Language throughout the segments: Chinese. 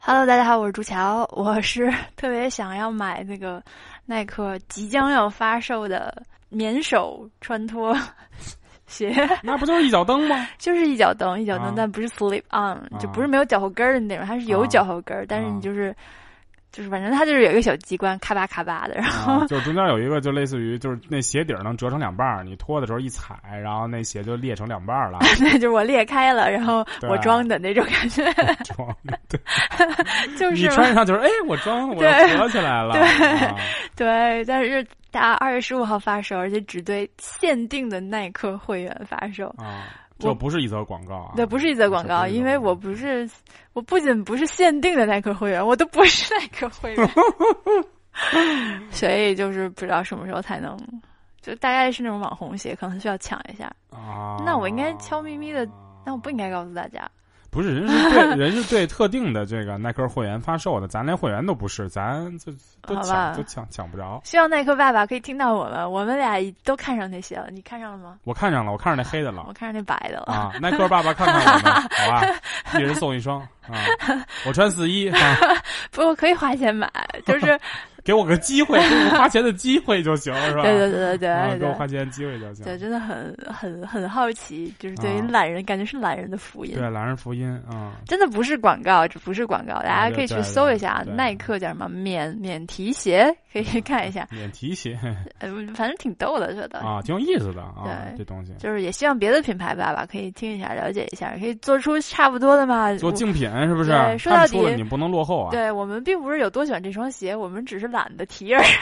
Hello， 大家好，我是朱乔。我是特别想要买那个耐克即将要发售的棉手穿脱鞋。 那不就是一脚蹬吗？ 就是一脚蹬，但不是 slip on，就不是没有脚后跟的那种，它是有脚后跟，但是你就是反正它就是有一个小机关，咔吧咔吧的，然后就是中间有一个，就类似于就是那鞋底能折成两半，你脱的时候一踩，然后那鞋就裂成两半了。 对，就是我裂开了，然后我装的那种感觉。 装的，对， 就是你穿上就是我装，我合起来了。 对，但是它2月15号发售，而且只对限定的耐克会员发售啊。这不是一则广告啊！ 对，不是一则广告，因为我不仅不是限定的耐克会员，我都不是耐克会员，所以就是不知道什么时候才能，就大概是那种网红鞋，可能需要抢一下啊。那我应该悄咪咪的，那我不应该告诉大家。 不是，人是对特定的这个耐克会员发售的，咱连会员都不是，咱都抢不着。 希望耐克爸爸可以听到我们俩都看上那鞋了，你看上了吗？ 我看上了，我看上那黑的了， 我看上那白的了啊！耐克爸爸看看我们，好吧，一人送一双啊！我穿41啊， 不过可以花钱买，就是。 给我个机会，给我花钱的机会就行，是吧？ 对， 给我花钱的机会就行。 对，真的很好奇，就是对于懒人，感觉是懒人的福音。 对，懒人福音啊！ 真的不是广告，这不是广告，大家可以去搜一下耐克叫什么免提鞋，可以看一下。 免提鞋， 反正挺逗的，觉得啊，挺有意思的啊。 对， 这东西就是也希望别的品牌爸爸可以听一下，了解一下，可以做出差不多的嘛。 做竞品是不是？ 对，说到底你不能落后啊。 对，我们并不是有多喜欢这双鞋，我们只是懒得提而已。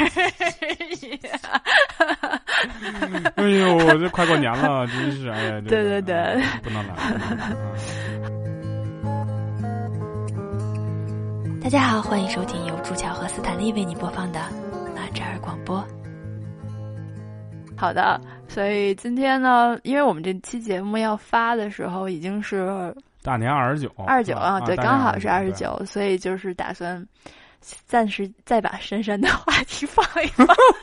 哎呦，这快过年了，真是哎呀！ 对， 不能懒。 大家好，欢迎收听由朱乔和斯坦利为你播放的那这儿广播。好的，所以今天呢，因为我们这期节目要发的时候已经是大年29 啊，对，刚好是29，所以就是打算暂时再把深深的话题放一放，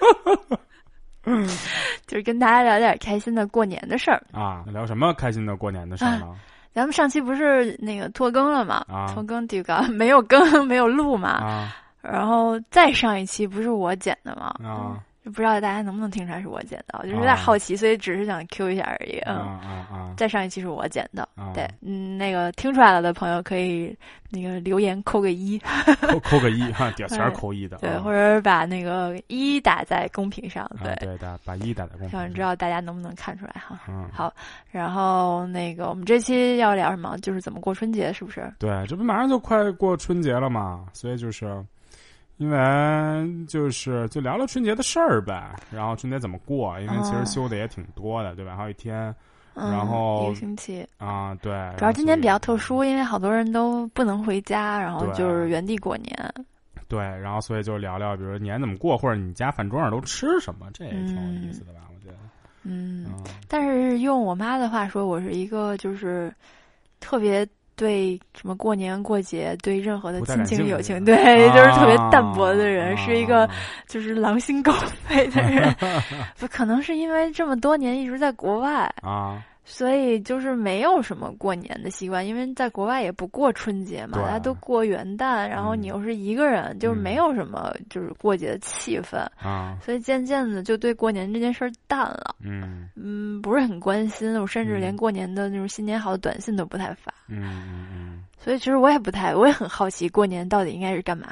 就是跟大家聊点开心的过年的事儿啊。聊什么开心的过年的事儿呢？ 咱们上期不是那个拖更了嘛？ 啊， 拖更这个没有更，没有录嘛？ 啊， 然后再上一期不是我剪的嘛？ 啊， 就不知道大家能不能听出来是我剪的，我就是有点好奇，所以只是想 Q 一下而已。再上一期是我剪的，对，那个听出来了的朋友可以那个留言扣个1， 扣个1哈，点全扣1的， 对，或者把那个1打在公屏上，对， 把1打在公屏上， 想知道大家能不能看出来哈。好，然后那个我们这期要聊什么？就是怎么过春节，是不是？ 对，这不马上就快过春节了嘛，所以就是因为就聊聊春节的事儿呗，然后春节怎么过？因为其实休的也挺多的，对吧？还有1天。然后 1个星期啊，对， 主要今年比较特殊，因为好多人都不能回家，然后就是原地过年。 对，然后所以就聊聊，比如年怎么过，或者你家饭桌上都吃什么，这也挺有意思的吧？我觉得。 但是用我妈的话说，我是一个就是特别对什么过年过节对任何的亲情友情，对，就是特别淡薄的人，是一个就是狼心狗肺的人。不可能是因为这么多年一直在国外啊， 所以就是没有什么过年的习惯，因为在国外也不过春节嘛，大家都过元旦，然后你又是一个人，就是没有什么就是过节的气氛啊， 所以渐渐的就对过年这件事儿淡了。不是很关心，我甚至连过年的那种新年好的短信都不太发。所以其实我也很好奇过年到底应该是干嘛。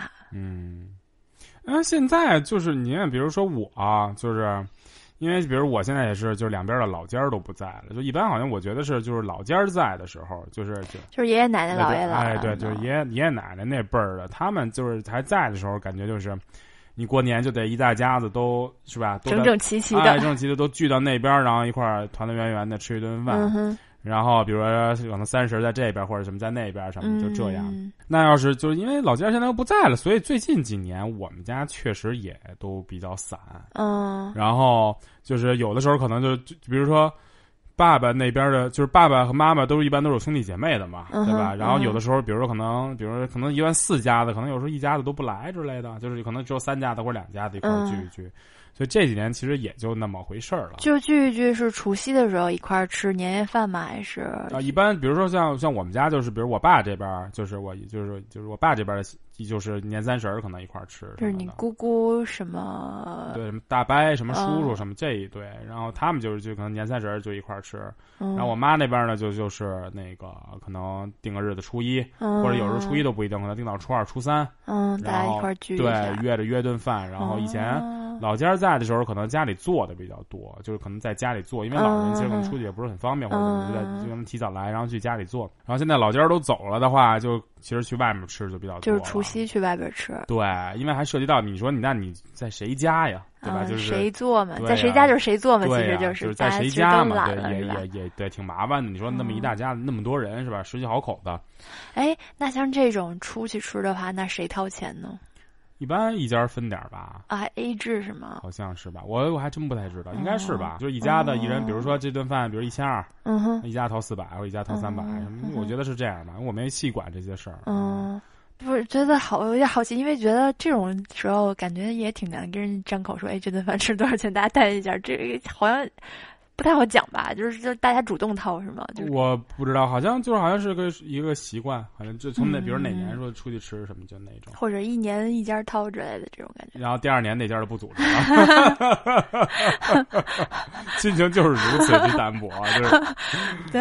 现在就是你看，比如说我就是因为比如我现在也是，就是两边的老家都不在了，就一般好像我觉得是就是老家在的时候，就是爷爷奶奶姥爷姥， 哎对，就是爷爷奶奶那辈儿的，他们就是还在的时候，感觉就是你过年就得一大家子都是吧，都整整齐齐的， 整整齐的都聚到那边，然后一块儿团团圆圆的吃一顿饭。然后比如说可能30在这边或者什么在那边什么就这样。那要是就是因为老家现在又不在了，所以最近几年我们家确实也都比较散。然后就是有的时候可能就比如说爸爸那边的，就是爸爸和妈妈一般都是有兄弟姐妹的嘛，对吧？然后有的时候比如说可能一般4家子，可能有时候一家子都不来之类的，就是可能只有3家子或者2家子一块聚一聚。 所以这几年其实也就那么回事儿了。 就聚一聚是除夕的时候一块儿吃年夜饭吗？还是一般比如说像我们家就是，比如我爸这边就是我爸这边就是年30可能一块儿吃， 就是你姑姑什么对什么大伯什么叔叔什么这一堆，然后他们就可能年30就一块儿吃，然后我妈那边呢就是那个可能定个日子初一，或者有时候初一都不一定，可能定到初2、初3， 大家一块儿聚一下， 对，约顿饭。然后以前老家在的时候，可能家里做的比较多，就是可能在家里做，因为老人其实可能出去也不是很方便，或者什么就他们提早来，然后去家里做。然后现在老家都走了的话，就其实去外面吃就比较多， 就是除夕去外边吃。 对，因为还涉及到你说那你在谁家呀？对吧？就是谁做嘛，在谁家就是谁做嘛，其实就是在谁家嘛，也对，挺麻烦的。你说那么一大家那么多人是吧？10几好口的。 哎，那像这种出去吃的话，那谁掏钱呢？ 一般一家分点吧。 啊 ，A 制是吗？ 好像是吧，我还真不太知道，应该是吧。就是一家的一人，比如说这顿饭，比如1200，一家掏400，或者一家掏300，我觉得是这样吧，我没细管这些事儿。 不是觉得有点好奇，因为觉得这种时候感觉也挺难跟人张口说，哎，这顿饭吃多少钱，大家带一下，这个好像不太好讲吧？就是大家主动掏是吗？ 我不知道，好像是一个习惯，好像就从比如哪年说出去吃什么就那种， 或者一年一家掏之类的这种感觉。 然后第2年那家都不组织了，心情就是如此之淡薄，就是对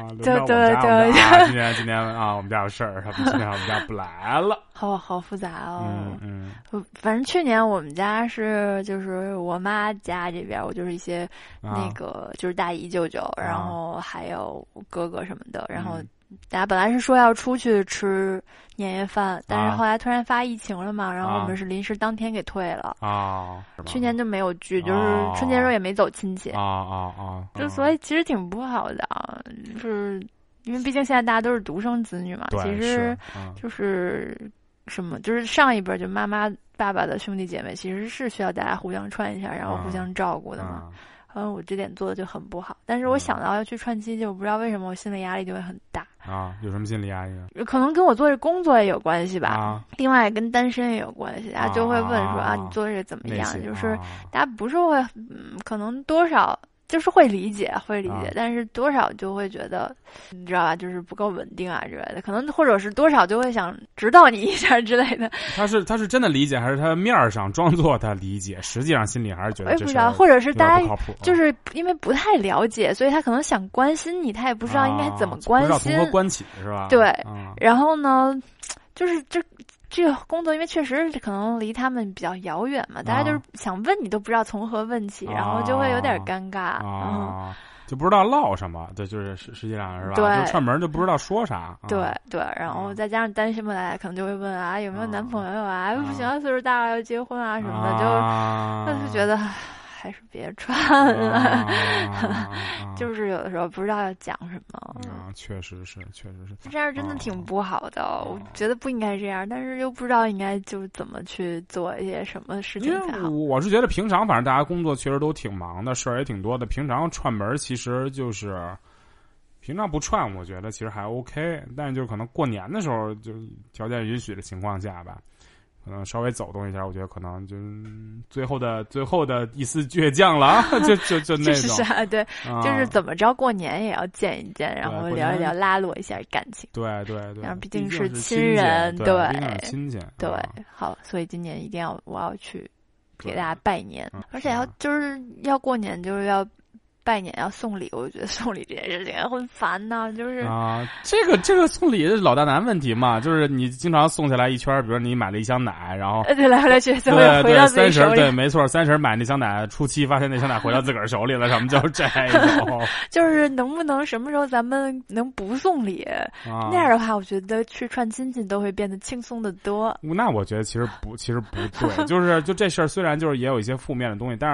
对，今年啊，我们家有事儿，他们今天我们家不来了。 好复杂哦。反正去年我们家就是我妈家这边，我就是一些那个就是大姨舅舅，然后还有哥哥什么的，然后大家本来是说要出去吃年夜饭，但是后来突然发疫情了嘛，然后我们是临时当天给退了去年就没有聚，就是春节时候也没走亲戚就所以其实挺不好的就是因为毕竟现在大家都是独生子女嘛，其实就是什么，就是上一辈就妈妈爸爸的兄弟姐妹，其实是需要大家互相串一下，然后互相照顾的嘛。我这点做的就很不好，但是我想到要去串亲戚，我不知道为什么我心理压力就会很大有什么心理压力可能跟我做这工作也有关系吧另外跟单身也有关系，大家就会问说你做这个怎么样，就是大家不是会可能多少就是会理解，但是多少就会觉得，你知道吧，就是不够稳定之类的，可能或者是多少就会想指导你一下之类的。 他是真的理解，还是他面上装作他理解，实际上心里还是觉得这事儿不知道，或者是大家就是因为不太了解，所以他可能想关心你，他也不知道应该怎么关心， 不知道从何关起是吧？ 对，然后呢，就是这个工作因为确实可能离他们比较遥远嘛，大家就是想问你都不知道从何问起，然后就会有点尴尬就不知道唠什么，对，就是实际上是吧？ 对， 就串门就不知道说啥。 对，然后再加上单身不来，可能就会问有没有男朋友不行，岁数大了要结婚什么的，就觉得还是别串了，就是有的时候不知道要讲什么。 确实是， 这样真的挺不好的。我觉得不应该这样，但是又不知道应该就怎么去做一些什么事情才好。 我是觉得平常反正大家工作确实都挺忙的，事儿也挺多的。平常串门其实就是平常不串，我觉得其实还 OK， 但是就可能过年的时候，就条件允许的情况下吧。可能稍微走动一下，我觉得可能就最后的一丝倔强了就那种。 是对，就是怎么着过年也要见一见，然后聊一聊，拉拢一下感情。 对， 然后毕竟是亲人，对， 毕竟是亲戚。 对，好，所以今年一定我要去给大家拜年，而且就是要过年，就是要拜年要送礼，我觉得送礼这件事情很烦呐，就是这个送礼是老大难问题嘛，就是你经常送下来一圈，比如你买了一箱奶，然后对来去就会回到自己手里， 对，没错，30买那箱奶，初7发现那箱奶回到自个儿手里了，什么就这种， 就是能不能什么时候咱们能不送礼？那样的话，我觉得去串亲戚都会变得轻松的多。 那我觉得其实不对，就这事儿虽然就是也有一些负面的东西，但是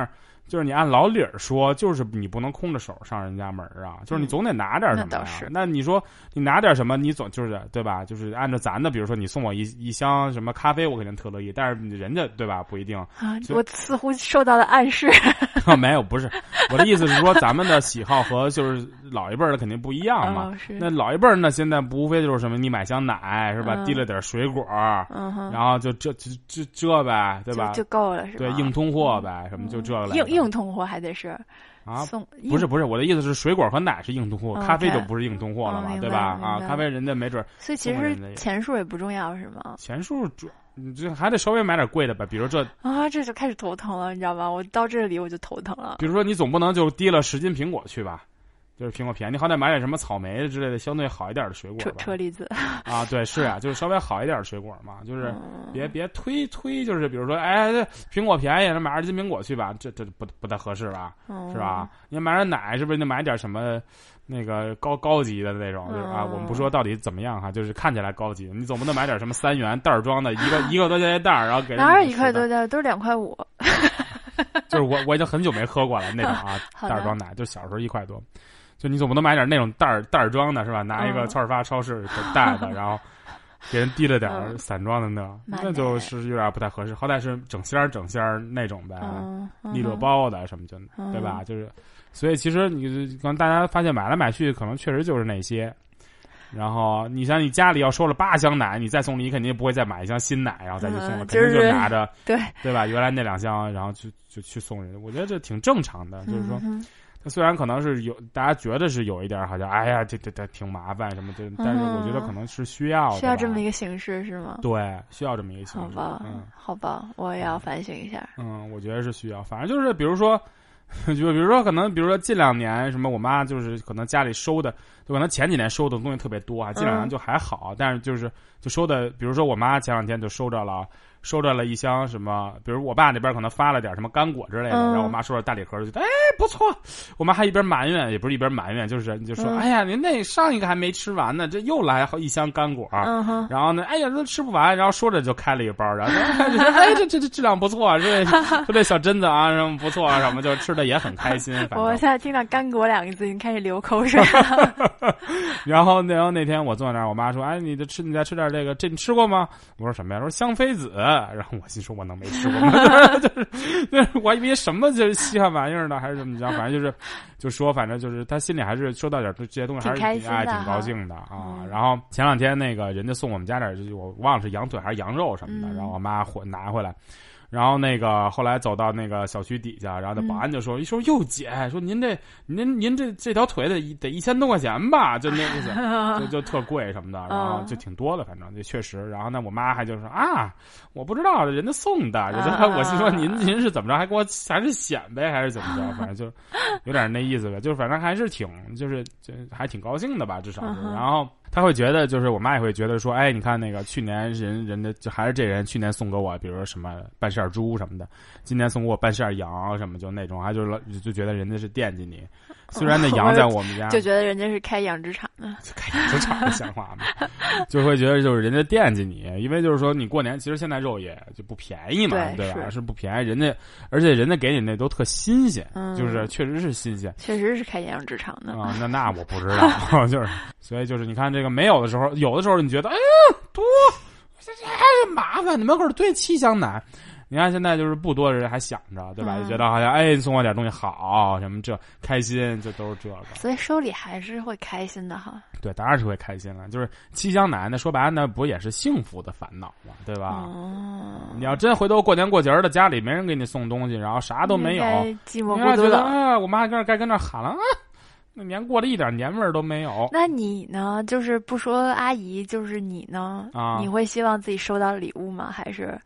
就是你按老理儿说，就是你不能空着手上人家门啊，就是你总得拿点什么呀。那你说你拿点什么，你总就是对吧？就是按照咱的，比如说你送我一箱什么咖啡，我肯定特乐意，但是人家对吧，不一定啊。我似乎受到了暗示。 没有，不是我的意思是说，咱们的喜好和就是老一辈的肯定不一样嘛。那老一辈呢，现在无非就是什么，你买箱奶是吧？递了点水果，然后就这呗，对吧？ 就够了是吧？ 对，硬通货呗，什么就这个来。 硬通货还得是啊，不是，我的意思是水果和奶是硬通货，咖啡就不是硬通货了嘛，对吧？啊，咖啡人家没准。 所以其实钱数也不重要是吗？ 钱数你这还得稍微买点贵的吧，比如这就开始头疼了，你知道吗？我到这里我就头疼了。 比如说你总不能就提了10斤苹果去吧？就是苹果便宜，你好歹买点什么草莓之类的相对好一点的水果吧。 车厘子啊，对，是啊，就是稍微好一点的水果嘛，就是别推，就是比如说，哎，这苹果便宜，那买2斤苹果去吧，这不太合适吧，是吧？你买点奶，是不是得买点什么那个高级的那种？就是啊，我们不说到底怎么样哈，就是看起来高级，你总不能买点什么3元袋装的一个多钱一袋，然后给人哪有1块多钱，都是2块5。 就是我已经很久没喝过了那种啊，袋装奶，就小时候1块多。就你总不能买点那种袋装的是吧？拿一个超市发超市袋子，然后给人递了点散装的那就是有点不太合适。好歹是整箱那种呗，利乐包的什么就对吧？就是，所以其实你可能大家发现买来买去，可能确实就是那些。然后你像你家里要收了8箱奶，你再送礼肯定不会再买一箱新奶，然后再去送了，肯定就拿着对吧？原来那2箱，然后就去送人。我觉得这挺正常的，就是说。它虽然可能是有大家觉得是有一点好像哎呀这挺麻烦什么的，但是我觉得可能是需要这么一个形式是吗？ 对，需要这么一个形式。 好吧，我也要反省一下。 我觉得是需要，反正就是比如说可能比如说近2年什么，我妈就是可能家里收的，就可能前几年收的东西特别多啊，近2年就还好，但是就收的，比如说我妈前2天就收着了一箱什么，比如我爸那边可能发了点什么干果之类的，然后我妈收了大礼盒，就觉得哎不错。我妈还一边埋怨，也不是一边埋怨，就说哎呀，您那上一个还没吃完呢，这又来1箱干果，然后呢，哎呀都吃不完，然后说着就开了一包，然后哎这质量不错，这小榛子啊什么不错什么，就吃的也很开心。 我现在听到干果2个字已经开始流口水了。 然后那天我坐在那儿，我妈说哎你再吃点这你吃过吗？我说什么呀？说香妃子。然后我心说我能没吃过吗？就是我以为什么就是稀罕玩意儿呢，还是怎么着？反正就说反正就是他心里还是收到点这些东西还是挺高兴的啊。然后前2天那个人家送我们家点，我忘了是羊腿还是羊肉什么的，然后我妈拿回来。然后那个后来走到那个小区底下，然后那保安就说：“说哟姐，说您这条腿得1000多块钱吧？就那意思，就特贵什么的，然后就挺多的，反正就确实。然后那我妈还就说啊，我不知道人家送的，我心说您是怎么着，还给我还是显摆还是怎么着？反正就有点那意思呗，就是反正还是还挺高兴的吧，至少是。然后。”他会觉得，就是我妈也会觉得说，哎，你看那个去年人的就还是这人去年送给我，比如说什么半扇猪什么的，今年送给我半扇羊什么，就那种，还就觉得人家是惦记你。虽然那羊在我们家， 就觉得人家是开养殖场的， 开养殖场的像话吗？就会觉得就是人家惦记你，因为就是说你过年其实现在肉也就不便宜嘛，对吧？是不便宜，而且人家给你那都特新鲜，就是确实是新鲜， 确实是开养殖场的啊。那我不知道，就是所以就是你看这个没有的时候，有的时候你觉得哎呀多，这还是麻烦，你门口堆7箱奶。你看现在就是不多的人还想着，对吧？就觉得好像哎送我点东西好，什么这开心，就都是这个。 所以收礼还是会开心的哈。 对，当然是会开心了。就是7箱奶，那说白了那不也是幸福的烦恼吗？对吧？你要真回头过年过节的，家里没人给你送东西，然后啥都没有， 寂寞孤独了。 啊，我妈该跟那喊了啊。那年过了一点年味儿都没有。 那你呢？就是不说阿姨，就是你呢？你会希望自己收到礼物吗？还是？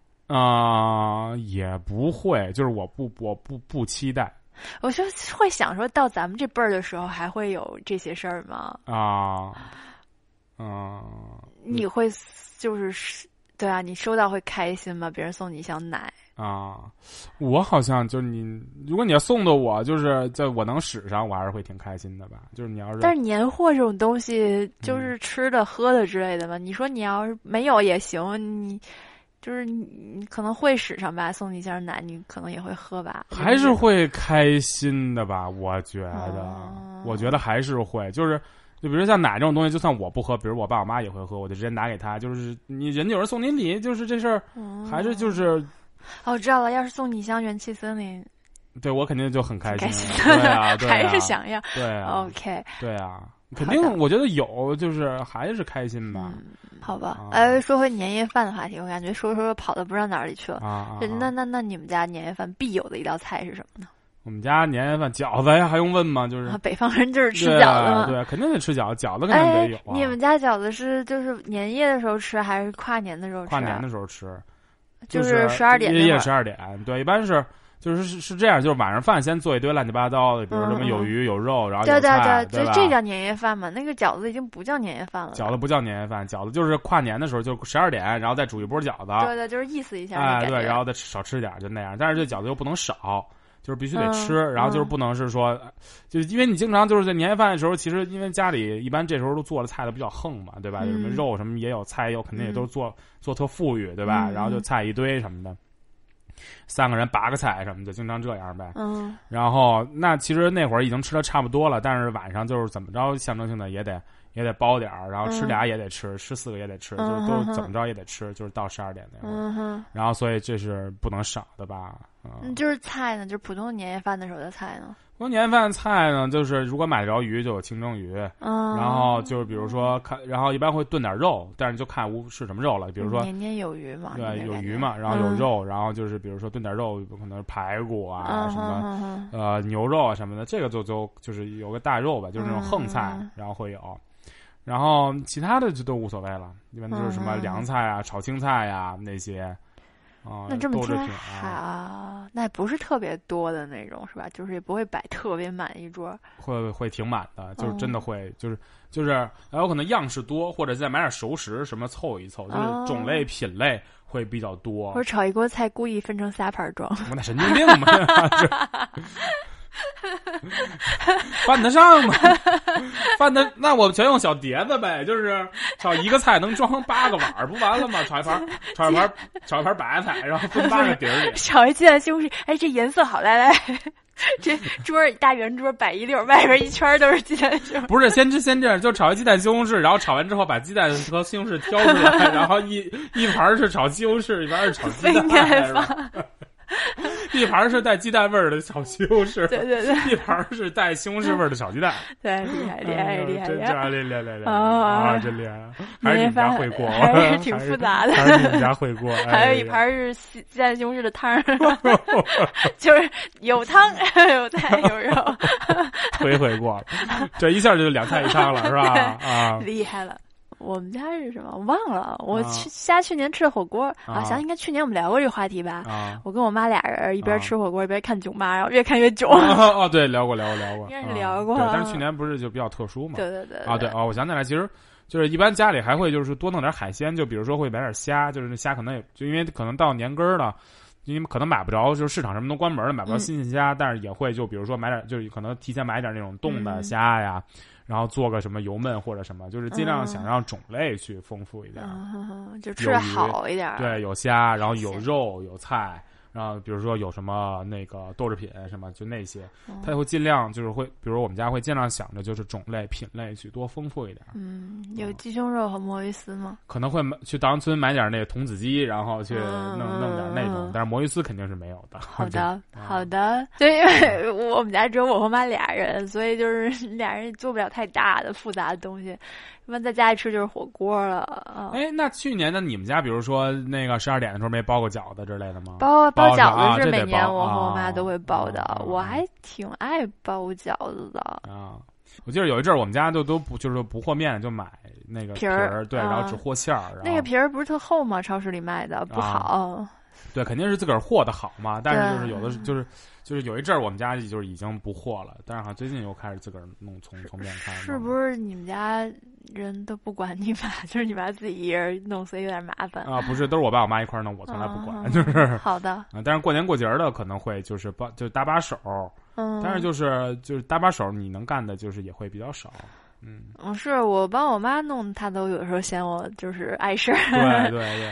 也不会，就是我不期待。 我就会想说到咱们这辈儿的时候，还会有这些事儿吗？你会就是对啊，你收到会开心吗？别人送你一箱奶我好像就是如果你要送的我，就是在我能使上，我还是会挺开心的吧。就是你要是， 但是年货这种东西，就是吃的喝的之类的嘛。你说你要是没有也行， 就是你可能会使上吧，送你一箱奶，你可能也会喝吧， 还是会开心的吧？我觉得还是会，就比如像奶这种东西，就算我不喝，比如我爸我妈也会喝，我就直接拿给他，就是你人有人送你礼，就是这事儿，还是就是。 我知道了，要是送你一箱元气森林， 对我肯定就很开心， 对啊， 还是想要， 对啊 ，OK， 对啊，肯定，我觉得有，就是还是开心吧。 好吧，说回年夜饭的话题，我感觉说跑的不知道哪里去了。那你们家年夜饭必有的一道菜是什么呢？ 我们家年夜饭饺子呀，还用问吗？就是北方人就是吃饺子嘛， 对，肯定得吃饺子，饺子肯定得有。 你们家饺子是就是年夜的时候吃，还是跨年的时候吃？ 跨年的时候吃， 就是12点。 夜12点，对，一般是。就是这样，就是晚上饭先做一堆乱七八糟的，比如什么有鱼有肉，然后有菜， 对，这叫年夜饭嘛。那个饺子已经不叫年夜饭了。 饺子不叫年夜饭，饺子就是跨年的时候，就12点，然后再煮一波饺子。 对，就是意思一下。 对，然后再少吃点，就那样。但是这饺子又不能少，就是必须得吃，然后就是不能是说，就是因为你经常就是在年夜饭的时候，其实因为家里一般这时候都做的菜都比较横嘛，对吧？什么肉什么也有，菜也有，肯定也都做特富裕，对吧？然后就菜一堆什么的。3个人8个菜什么的，经常这样呗。然后那其实那会儿已经吃的差不多了，但是晚上就是怎么着象征性的也得包点儿，然后吃俩也得吃，吃4个也得吃，就都怎么着也得吃，就是到12点那会儿。然后所以这是不能少的吧？ 就是菜呢，就是普通年夜饭的时候的菜呢。 普通年夜饭菜呢，就是如果买得着鱼就有清蒸鱼，然后就是比如说然后一般会炖点肉，但是就看是什么肉了，比如说年年有余嘛， 对，有鱼嘛，然后有肉，然后就是比如说炖点肉，可能是排骨啊，什么牛肉啊什么的，这个就是有个大肉吧，就是那种横菜，然后会有，然后其他的就都无所谓了，一般就是什么凉菜啊、炒青菜呀那些。 那这么听那不是特别多的那种是吧？就是也不会摆特别满一桌， 会挺满的，就是真的会，就是有可能样式多，或者再买点熟食什么凑一凑，就是种类品类会比较多。 或者炒一锅菜故意分成仨盘装， 我那神经病嘛，犯得上吗？那我全用小碟子呗，就是炒一个菜能装8个碗，不完了吗？炒一盘白菜，然后分8个碟里。 炒一鸡蛋西红柿，这颜色好，来，这桌大圆桌摆一溜，外边一圈都是鸡蛋西红柿。 不是，先这样，就炒一鸡蛋西红柿，然后炒完之后把鸡蛋和西红柿挑出来，然后一盘是炒西红柿，一盘是炒鸡蛋。一盘是带鸡蛋味儿的炒西红柿， 对， 一盘是带西红柿味儿的炒鸡蛋。 对，厉害， 真啊，真厉害！还是你们家会过， 还是挺复杂的。 还是你们家会过。 还有一盘是鸡蛋西红柿的汤，就是有汤有菜有肉。 会过了，这一下就2菜1汤了，是吧？啊， 厉害了。我们家是什么？我忘了。我去年吃的火锅想想应该去年我们聊过这个话题吧。我跟我妈俩人一边吃火锅一边看囧妈，然后越看越囧。 对，聊过， 应该是聊过。 对，但是去年不是就比较特殊嘛？ 对。 对我想起来，其实就是一般家里还会就是多弄点海鲜，就比如说会买点虾，就是那虾可能就因为可能到年根儿了。因为可能买不着，就是市场什么都关门了，买不着新鲜虾，但是也会就比如说买点，就是可能提前买点那种冻的虾呀，然后做个什么油焖或者什么，就是尽量想让种类去丰富一点， 就吃得好一点。 对，有虾，然后有肉，有菜。然后比如说有什么那个豆制品什么，就那些，他会尽量就是会，比如我们家会尽量想着就是种类品类去多丰富一点。 有鸡胸肉和魔芋丝吗？可能会去稻香村买点那个童子鸡，然后去弄点那种，但是魔芋丝肯定是没有的。 好的，就因为我们家只有我和妈俩人，所以就是俩人做不了太大的复杂的东西。一般在家里吃就是火锅了。 那去年的你们家，比如说那个12点的时候没包过饺子之类的吗？ 包饺子是每年我和我妈都会包的，我还挺爱包饺子的。 我记得有一阵儿我们家都不就是不和面，就买那个皮儿，对，然后只和馅儿。 那个皮儿不是特厚吗？超市里卖的不好。 对，肯定是自个儿和的好嘛。但是就是有的就是有一阵儿我们家就是已经不和了，但是好像最近又开始自个儿弄从面开始。 是不是你们家人都不管你妈，就是你妈自己一人弄，所以有点麻烦啊？不是，都是我爸我妈一块儿弄，我从来不管，就是好的。 但是过年过节的可能会就是就搭把手，但是就是搭把手，你能干的就是也会比较少。 是我帮我妈弄，她都有时候嫌我就是碍事儿。 对，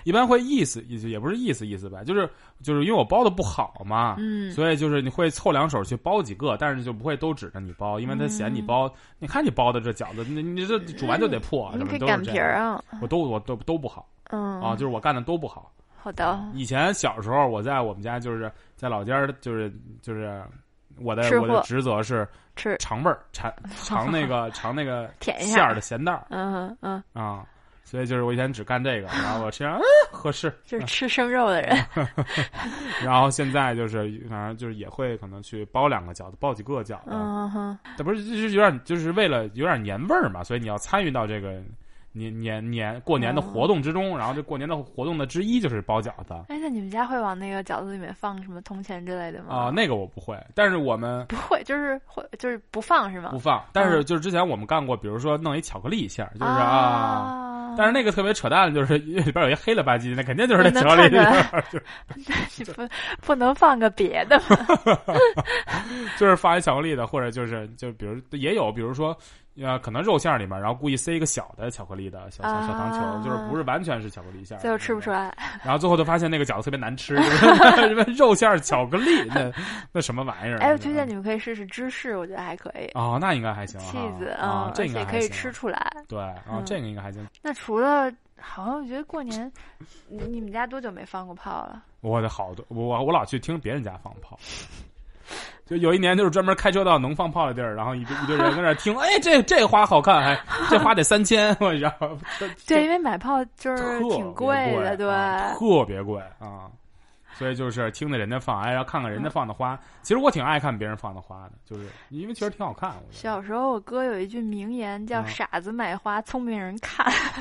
一般会意思也不是意思吧，就是因为我包的不好嘛，所以就是你会凑两手去包几个，但是就不会都指着你包，因为他嫌你包，你看你包的这饺子，你这煮完就得破， 你可以擀皮啊， 我都不好，就是我干的都不好。 好的。 以前小时候我在我们家就是在老家，就是我的职责是吃尝味儿，尝那个馅儿的咸淡儿，所以就是我以前只干这个，然后我吃合适， 就是吃生肉的人。 然后现在就是反正就是也会可能去包两个饺子，包几个饺子，这不是就是有点就是为了有点年味儿嘛，所以你要参与到这个过年的活动之中，然后这过年的活动的之一就是包饺子。 哎，那你们家会往那个饺子里面放什么铜钱之类的吗？ 那个我不会，但是我们不会，就是不放是吗？ 不放，但是就是之前我们干过，比如说弄一巧克力馅，就是但是那个特别扯淡，就是里边有一黑了吧唧，那肯定就是那巧克力。 你不能放个别的吗？ 就是放一巧克力的，或者就比如也有，比如说可能肉馅里面，然后故意塞一个小的巧克力的小糖球，就是不是完全是巧克力馅， 最后吃不出来。 然后最后就发现那个饺子特别难吃，肉馅巧克力那什么玩意儿？ 哎，我推荐你们可以试试芝士，我觉得还可以。 那应该还行。 cheese 这应该可以吃出来。 对，这个应该还行。 那除了好像我觉得过年，你们家多久没放过炮了？ 我的好多，我老去听别人家放炮。就有一年就是专门开车到能放炮的地儿，然后一堆人跟那听，哎，这花好看，这花得3000，然后对，因为买炮就是挺贵的，对， 特别贵啊，所以就是听着人家放，然后看看人家放的花。其实我挺爱看别人放的花的，就是因为其实挺好看。 小时候我哥有一句名言叫“傻子买花，聪明人看”。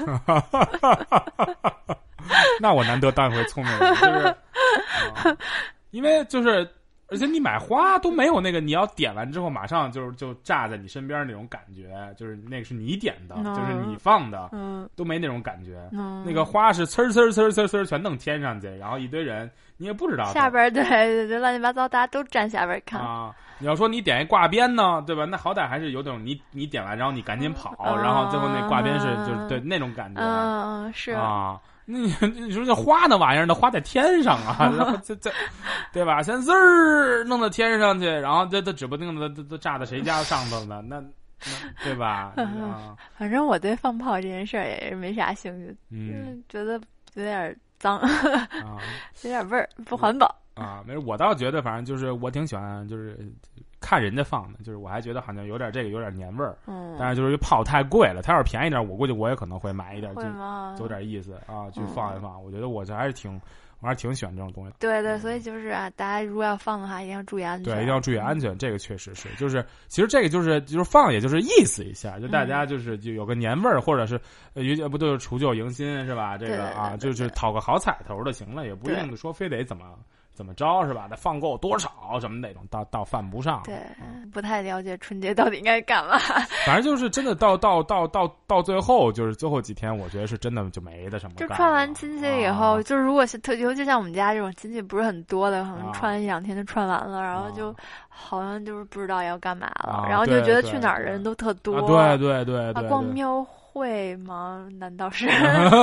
那我难得当一回聪明人，就是因为就是。而且你买花都没有那个，你要点完之后马上就炸在你身边那种感觉，就是那个是你点的，就是你放的，都没那种感觉。那个花是呲儿全弄天上去，然后一堆人你也不知道。 下边对乱七八糟，大家都站下边看啊。你要说你点一挂鞭呢，对吧？那好歹还是有种你点完，然后你赶紧跑，然后最后那挂鞭是就是对那种感觉。 是啊。你说这花那玩意儿，那花在天上啊，然后这对吧？先滋儿弄到天上去，然后这指不定的都炸到谁家上头呢？那对吧？ 反正我对放炮这件事儿也是没啥兴趣，觉得有点脏有点味儿，不环保没事，我倒觉得反正就是我挺喜欢，就是看人家放的，就是我还觉得好像有点这个有点年味儿，但是就是炮太贵了，它要是便宜点，我估计我也可能会买一点，就有点意思啊，去放一放。我觉得我还是挺喜欢这种东西。 对，所以就是大家如果要放的话，一定要注意安全。 对，一定要注意安全，这个确实是，就是其实这个就是放，也就是意思一下，就大家就有个年味儿，或者是不就是除旧迎新是吧？这个就是讨个好彩头就行了，也不一定说非得怎么着是吧？得放够多少什么那种，到犯不上。 对，不太了解春节到底应该干嘛。 反正就是真的到最后，就是最后几天，我觉得是真的就没的什么干。 就串完亲戚以后，就是如果是尤其像我们家这种亲戚不是很多的，可能串1-2天就串完了，然后就好像就是不知道要干嘛了，然后就觉得去哪儿人都特多。 对， 逛庙会吗？难道是？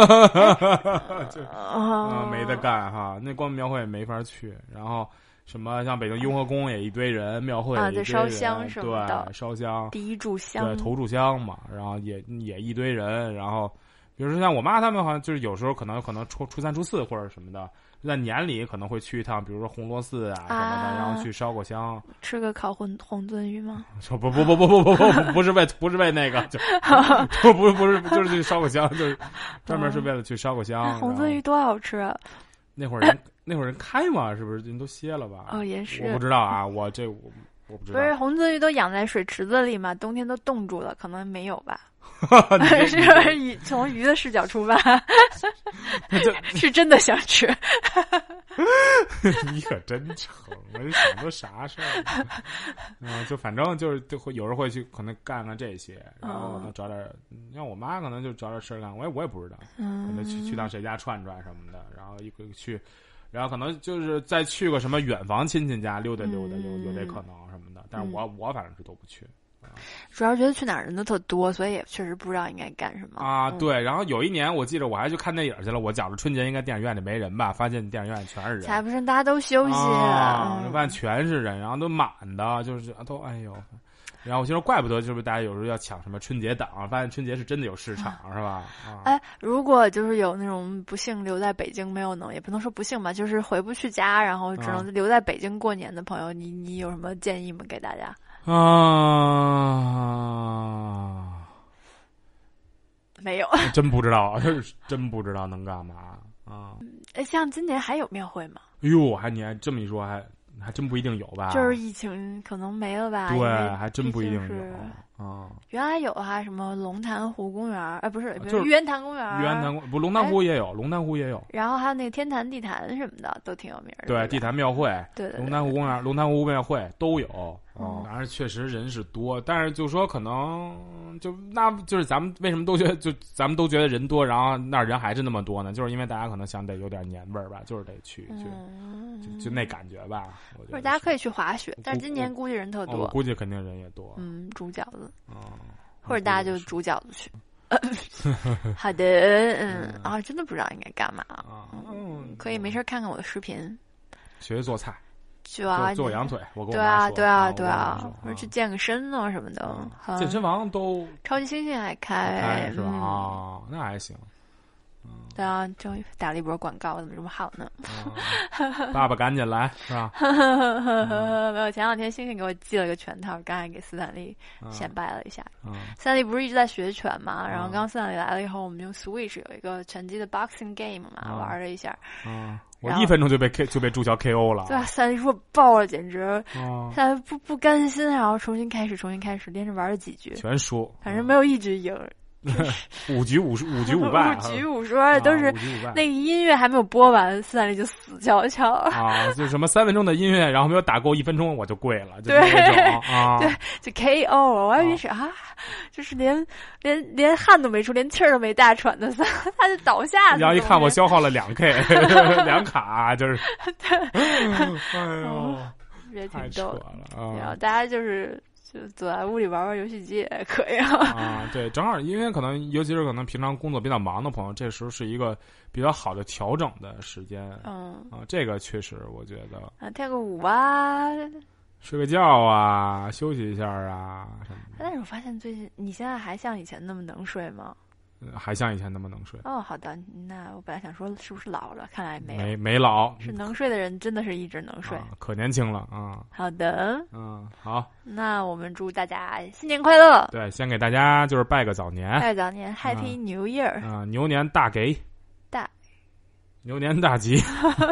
没得干哈，那逛庙会没法去。然后什么像北京雍和宫也一堆人，庙会也一堆人， 烧香什么的， 对，烧香， 第一炷香， 对，头炷香嘛。然后也一堆人，然后比如说像我妈他们好像就是有时候可能初3、初4或者什么的。在年里可能会去一趟，比如说红螺寺啊什么的，然后去烧个香， 吃个烤红鳟鱼吗？ 不，不是为那个，不是，就是去烧个香，就是专门是为了去烧个香。 红鳟鱼多好吃啊！ 那会儿人开嘛，是不是人都歇了吧？ 也是。 我不知道啊，我不知道。 不是红鳟鱼都养在水池子里嘛，冬天都冻住了，可能没有吧。是从鱼的视角出发，是真的想吃。 你可真成，我就想说啥事儿。就反正就会有人会去可能干这些，然后可能找点，像我妈可能就找点事儿干，我也不知道，可能去到谁家串什么的，然后一个去。然后可能就是再去个什么远房亲戚家溜达，有这可能什么的，但是我反正是都不去。 主要觉得去哪儿人都特多，所以也确实不知道应该干什么啊。对，然后有一年我记得我还去看电影去了，我觉着春节应该电影院里没人吧，发现电影院全是人， 才不是大家都休息， 发现全是人，然后都满的，就是都哎呦。然后我就说，怪不得就是大家有时候要抢什么春节档，发现春节是真的有市场，是吧？ 哎，如果就是有那种不幸留在北京没有能，也不能说不幸吧，就是回不去家，然后只能留在北京过年的朋友，你有什么建议吗？给大家？没有， 真不知道，真不知道能干嘛啊？ 像今年还有庙会吗？ 哎呦，你还这么一说，还真不一定有吧？ 就是疫情可能没了吧？ 对，还真不一定有。 原来有啊，什么龙潭湖公园，不是，玉渊潭公园。 玉渊潭不，龙潭湖也有，龙潭湖也有。 然后还有那个天坛地坛什么的，都挺有名的。 对，地坛庙会， 对， 龙潭湖公园、龙潭湖庙会都有。当然确实人是多，但是就说可能就是咱们为什么都觉得咱们都觉得人多，然后那人还是那么多呢？就是因为大家可能想得有点年味儿吧，就是得去就那感觉吧。我觉得大家可以去滑雪，但是今年估计人特多。 我估计肯定人也多。 煮饺子。或者大家就煮饺子去。好的，真的不知道应该干嘛。可以没事看看我的视频， 学做菜。做羊腿，我跟我妈说。 对啊，或者去健个身啊什么的。 健身房都超级星星还开是吧？那还行。 对啊，终于打了一波广告，怎么这么好呢？ 爸爸赶紧来，是吧？ 没有，前两天星星给我寄了个拳套，刚才给斯坦利显摆了一下。斯坦利不是一直在学拳嘛？然后刚斯坦利来了以后，我们用 Switch 有一个拳击的 boxing game 嘛，玩了一下。 我1分钟就被助教 KO 了。 对啊，斯坦利说爆了，简直。他不甘心，然后重新开始，连着玩了几局， 全输， 反正没有一局赢。 5局5败 ，5局5输，都是那个音乐还没有播完，斯坦利就死翘翘就什么3分钟的音乐，然后没有打够1分钟我就跪了，就那种对，就 KO，我还以为是就是连汗都没出，连气儿都没大喘的，他就倒下了。 然后一看我消耗了2K 2卡，就是，哎呦， 也挺逗的。 然后大家就坐在屋里玩玩游戏机也可以对，正好因为可能尤其是可能平常工作比较忙的朋友，这时候是一个比较好的调整的时间。这个确实我觉得跳个舞啊， 睡个觉啊，休息一下啊什么的。 但是我发现最近你现在还像以前那么能睡吗？ 还像以前那么能睡。 好的，那我本来想说是不是老了，看来没老， 是能睡的人真的是一直能睡， 可年轻了好的， 好， 那我们祝大家新年快乐。 对，先给大家就是拜个早年 ，Happy New Year 牛年大吉，牛年大吉。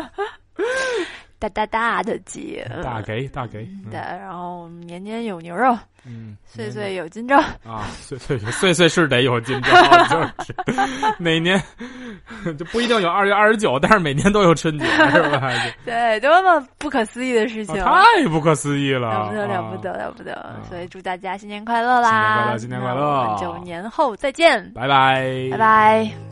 大的吉， 大给， 对，然后年年有牛肉，岁岁有今朝岁是得有今朝，就是每年就不一定有2月29，但是每年都有春节，是吧？ 对，多么不可思议的事情， 太不可思议了， 了不得！所以祝大家新年快乐啦！ 新年快乐！ 我们9年后再见， 拜拜， 拜拜。